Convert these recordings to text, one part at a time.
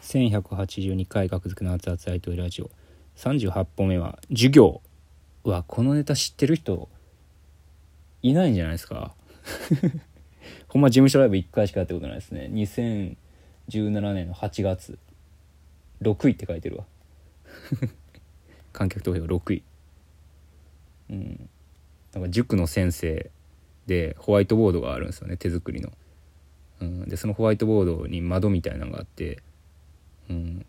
1182回学付けの熱々アイトイラジオ38本目は授業。このネタ知ってる人いないんじゃないですかほんま事務所ライブ1回しかやったことないですね。2017年の8月6位って書いてるわ観客投票6位。なんか塾の先生でホワイトボードがあるんですよね、手作りの。でそのホワイトボードに窓みたいなのがあって、何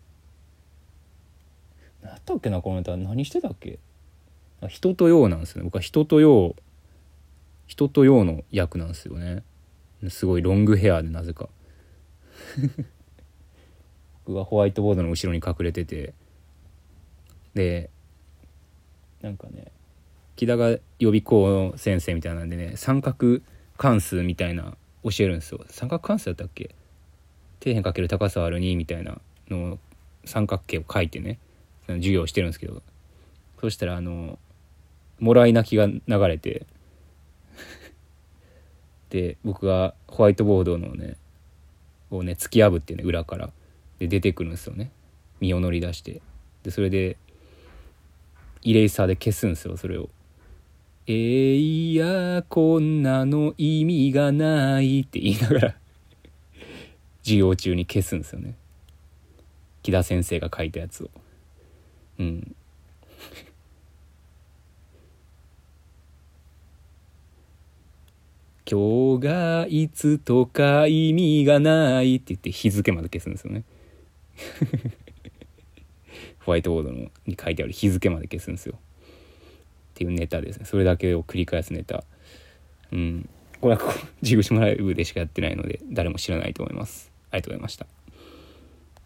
やったっけな、このネタ何してたっけ。人とようなんですよね。僕は人とようの役なんですよね。すごいロングヘアで、なぜか僕がホワイトボードの後ろに隠れてて、でなんかね、木田が予備校先生みたいなんでね、三角関数みたいな教えるんですよ。三角関数だったっけ、底辺かける高さ割る2みたいなのを三角形を書いてね、その授業をしてるんですけど、そしたらもらい泣きが流れてで僕がホワイトボードのねをね突き破ってね、裏からで出てくるんですよね、身を乗り出して。でそれでイレイサーで消すんですよ、それを。いやこんなの意味がないって言いながら授業中に消すんですよね、木田先生が書いたやつを。今日がいつとか意味がないって言って日付まで消すんですよねホワイトボードに書いてある日付まで消すんですよっていうネタですね。それだけを繰り返すネタ。これは事務所ライブでしかやってないので誰も知らないと思います。ありがとうございました。